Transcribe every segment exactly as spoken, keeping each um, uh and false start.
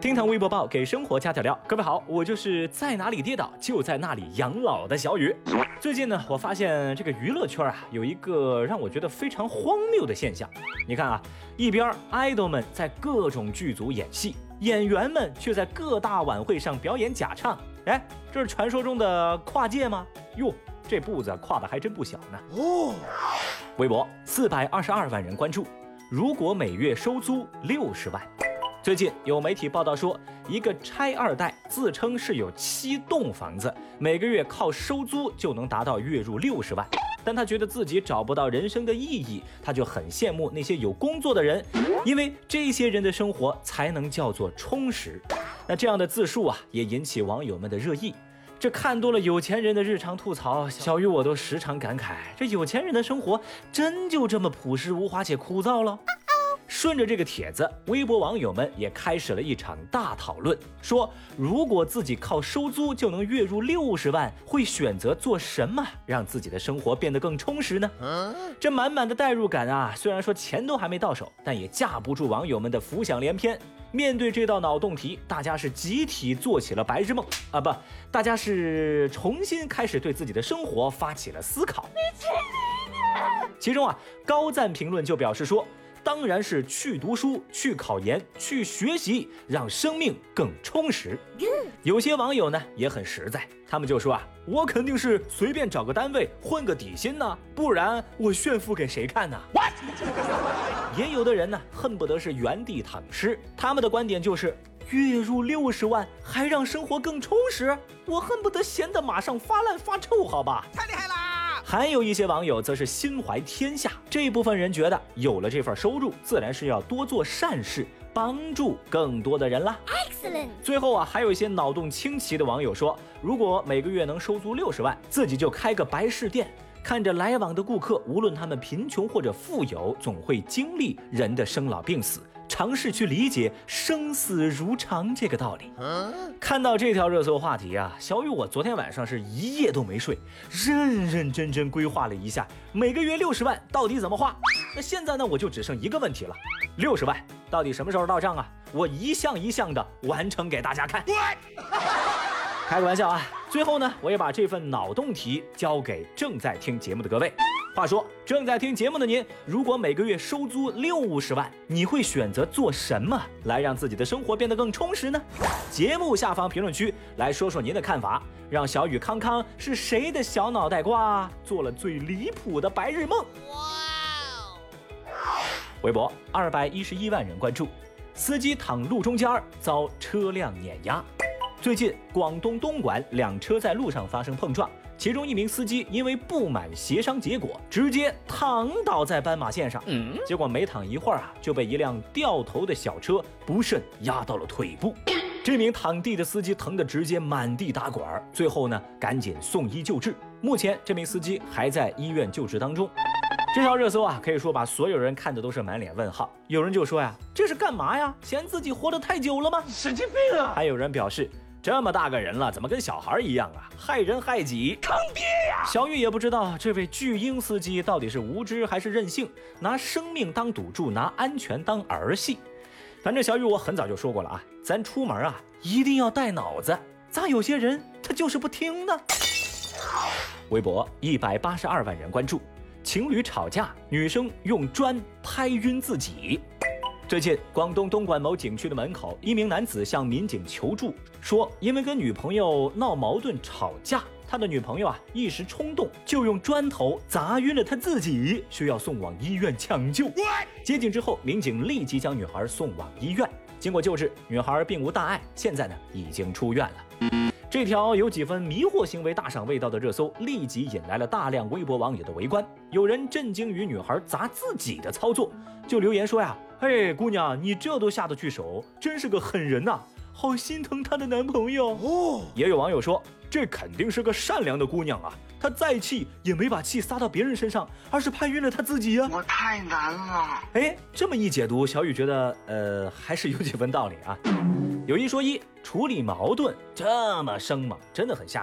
听堂微博报，给生活加点料。各位好，我就是在哪里跌倒就在那里养老的小雨。最近呢，我发现这个娱乐圈啊，有一个让我觉得非常荒谬的现象。你看啊，一边 idol 们在各种剧组演戏，演员们却在各大晚会上表演假唱。哎，这是传说中的跨界吗？哟，这步子跨的还真不小呢。哦，微博四百二十二万人关注，如果每月收租六十万。最近有媒体报道说，一个拆二代自称是有七栋房子，每个月靠收租就能达到月入六十万。但他觉得自己找不到人生的意义，他就很羡慕那些有工作的人，因为这些人的生活才能叫做充实。那这样的自述啊，也引起网友们的热议。这看多了有钱人的日常吐槽，小雨我都时常感慨，这有钱人的生活真就这么朴实无华且枯燥了？顺着这个帖子，微博网友们也开始了一场大讨论，说如果自己靠收租就能月入六十万，会选择做什么让自己的生活变得更充实呢？这满满的代入感啊，虽然说钱都还没到手，但也架不住网友们的浮想联翩。面对这道脑洞题，大家是集体做起了白日梦啊，不，大家是重新开始对自己的生活发起了思考。其中啊，高赞评论就表示说，当然是去读书、去考研、去学习，让生命更充实。有些网友呢也很实在，他们就说啊，我肯定是随便找个单位混个底薪呢，不然我炫富给谁看呢？ What？ 也有的人呢恨不得是原地躺尸，他们的观点就是月入六十万还让生活更充实，我恨不得闲得马上发烂发臭，好吧？太厉害啦！还有一些网友则是心怀天下，这一部分人觉得有了这份收入，自然是要多做善事，帮助更多的人啦。Excellent。最后啊，还有一些脑洞清奇的网友说，如果每个月能收租六十万，自己就开个白事店。看着来往的顾客，无论他们贫穷或者富有，总会经历人的生老病死，尝试去理解生死如常这个道理。看到这条热搜话题啊，小雨我昨天晚上是一夜都没睡，认认真真规划了一下每个月六十万到底怎么花。那现在呢，我就只剩一个问题了，六十万到底什么时候到账啊？我一项一项的完成给大家看。开个玩笑啊！最后呢，我也把这份脑洞题交给正在听节目的各位。话说，正在听节目的您，如果每个月收租六十万，你会选择做什么来让自己的生活变得更充实呢？节目下方评论区来说说您的看法，让小雨康康是谁的小脑袋瓜做了最离谱的白日梦？哇！微博二百一十一万人关注，司机躺路中间遭车辆碾压。最近，广东东莞两车在路上发生碰撞，其中一名司机因为不满协商结果，直接躺倒在斑马线上，嗯，结果没躺一会儿啊，就被一辆掉头的小车不慎压到了腿部。这名躺地的司机疼得直接满地打滚，最后呢，赶紧送医救治。目前，这名司机还在医院救治当中。这条热搜啊，可以说把所有人看的都是满脸问号。有人就说呀，这是干嘛呀？嫌自己活得太久了吗？神经病啊！还有人表示，这么大个人了，怎么跟小孩一样啊？害人害己，坑爹呀！小玉也不知道这位巨婴司机到底是无知还是任性，拿生命当赌注，拿安全当儿戏。反正小玉我很早就说过了啊，咱出门啊一定要带脑子，咋有些人他就是不听呢？微博一百八十二万人关注，情侣吵架，女生用砖拍晕自己。最近，广东东莞某景区的门口，一名男子向民警求助，说因为跟女朋友闹矛盾吵架，他的女朋友啊一时冲动，就用砖头砸晕了他自己，需要送往医院抢救。接警之后，民警立即将女孩送往医院，经过救治，女孩并无大碍，现在呢已经出院了。这条有几分迷惑行为大赏味道的热搜，立即引来了大量微博网友的围观。有人震惊于女孩砸自己的操作，就留言说呀，嘿，姑娘，你这都下得去手，真是个狠人呐、啊，好心疼她的男朋友哦。也有网友说，这肯定是个善良的姑娘啊，她再气也没把气撒到别人身上，而是拍晕了她自己啊。我太难了。哎，这么一解读，小雨觉得呃还是有几分道理啊。有一说一，处理矛盾这么生猛，真的很吓人。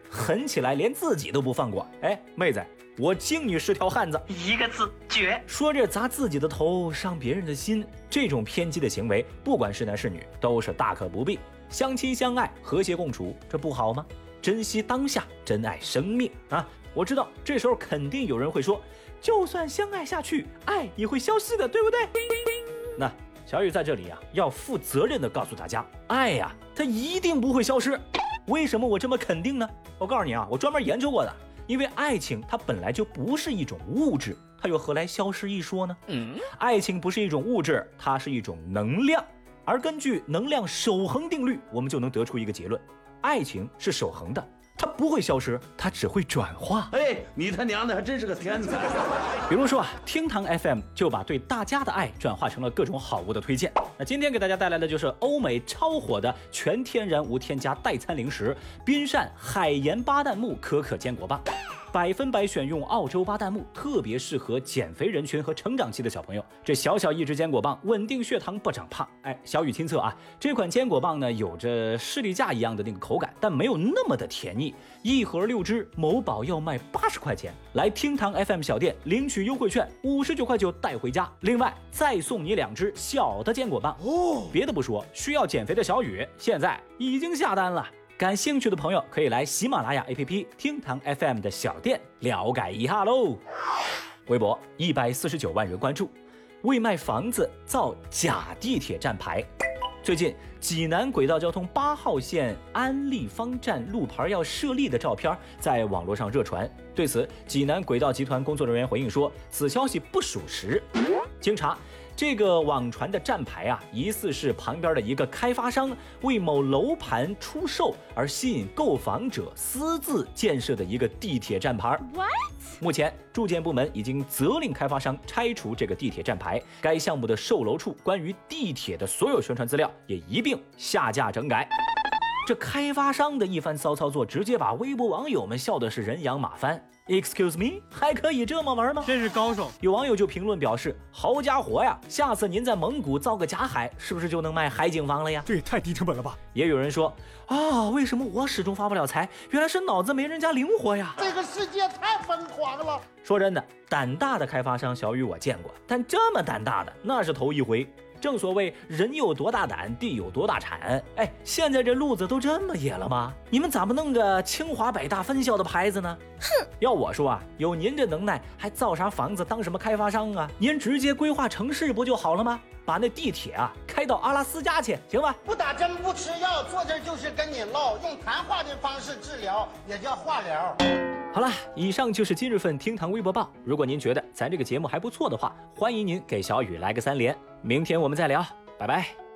狠起来连自己都不放过。哎，妹子，我敬你是条汉子， 一个字，绝。 说着砸自己的头，伤别人的心，这种偏激的行为，不管是男是女，都是大可不必。相亲相爱，和谐共处，这不好吗？珍惜当下，珍爱生命啊！我知道这时候肯定有人会说，就算相爱下去，爱也会消失的，对不对？那小雨在这里啊，要负责任的告诉大家，爱呀、啊，它一定不会消失。为什么我这么肯定呢？我告诉你啊，我专门研究过的。因为爱情它本来就不是一种物质，它又何来消失一说呢？嗯，爱情不是一种物质，它是一种能量。而根据能量守恒定律，我们就能得出一个结论：爱情是守恒的，它不会消失，它只会转化。 哎，你他娘的还真是个天才！ 比如说啊，厅堂 F M 就把对大家的爱转化成了各种好物的推荐。那今天给大家带来的就是欧美超火的全天然无添加代餐零食宾善海盐巴旦木可可坚果棒。百分百选用澳洲巴旦木，特别适合减肥人群和成长期的小朋友。这小小一支坚果棒，稳定血糖不长胖。哎，小雨亲测啊，这款坚果棒呢，有着士力架一样的那个口感，但没有那么的甜腻。一盒六支，某宝要卖八十块钱。来厅堂 F M 小店领取优惠券，五十九块九带回家。另外再送你两支小的坚果棒哦。别的不说，需要减肥的小雨现在已经下单了。感兴趣的朋友可以来喜马拉雅 A P P 厅堂 F M 的小店了解一下喽。微博一百四十九万人关注，为卖房子造假地铁站牌。最近济南轨道交通八号线安立方站路牌要设立的照片在网络上热传。对此，济南轨道集团工作人员回应说，此消息不属实。经查，这个网传的站牌啊，疑似是旁边的一个开发商为某楼盘出售而吸引购房者私自建设的一个地铁站牌。What？ 目前住建部门已经责令开发商拆除这个地铁站牌，该项目的售楼处关于地铁的所有宣传资料也一并下架整改。这开发商的一番骚操作，直接把微博网友们笑的是人仰马翻。Excuse me， 还可以这么玩吗？ 真是高手！ 有网友就评论表示：“好家伙呀，下次您在蒙古造个假海，是不是就能卖海景房了呀？” 这也太低成本了吧！ 也有人说：“啊，为什么我始终发不了财？原来是脑子没人家灵活呀！” 这个世界太疯狂了。 说真的，胆大的开发商小雨我见过，但这么胆大的那是头一回。正所谓人有多大胆，地有多大产。哎，现在这路子都这么野了吗？你们咋不弄个清华北大分校的牌子呢？哼！要我说啊，有您这能耐，还造啥房子当什么开发商啊？您直接规划城市不就好了吗？把那地铁啊开到阿拉斯加去，行吧？ 不打针不吃药，坐这就是跟你唠，用谈话的方式治疗，也叫化疗。 好了，以上就是今日份厅堂微博报。如果您觉得咱这个节目还不错的话，欢迎您给小雨来个三连。明天我们再聊，拜拜。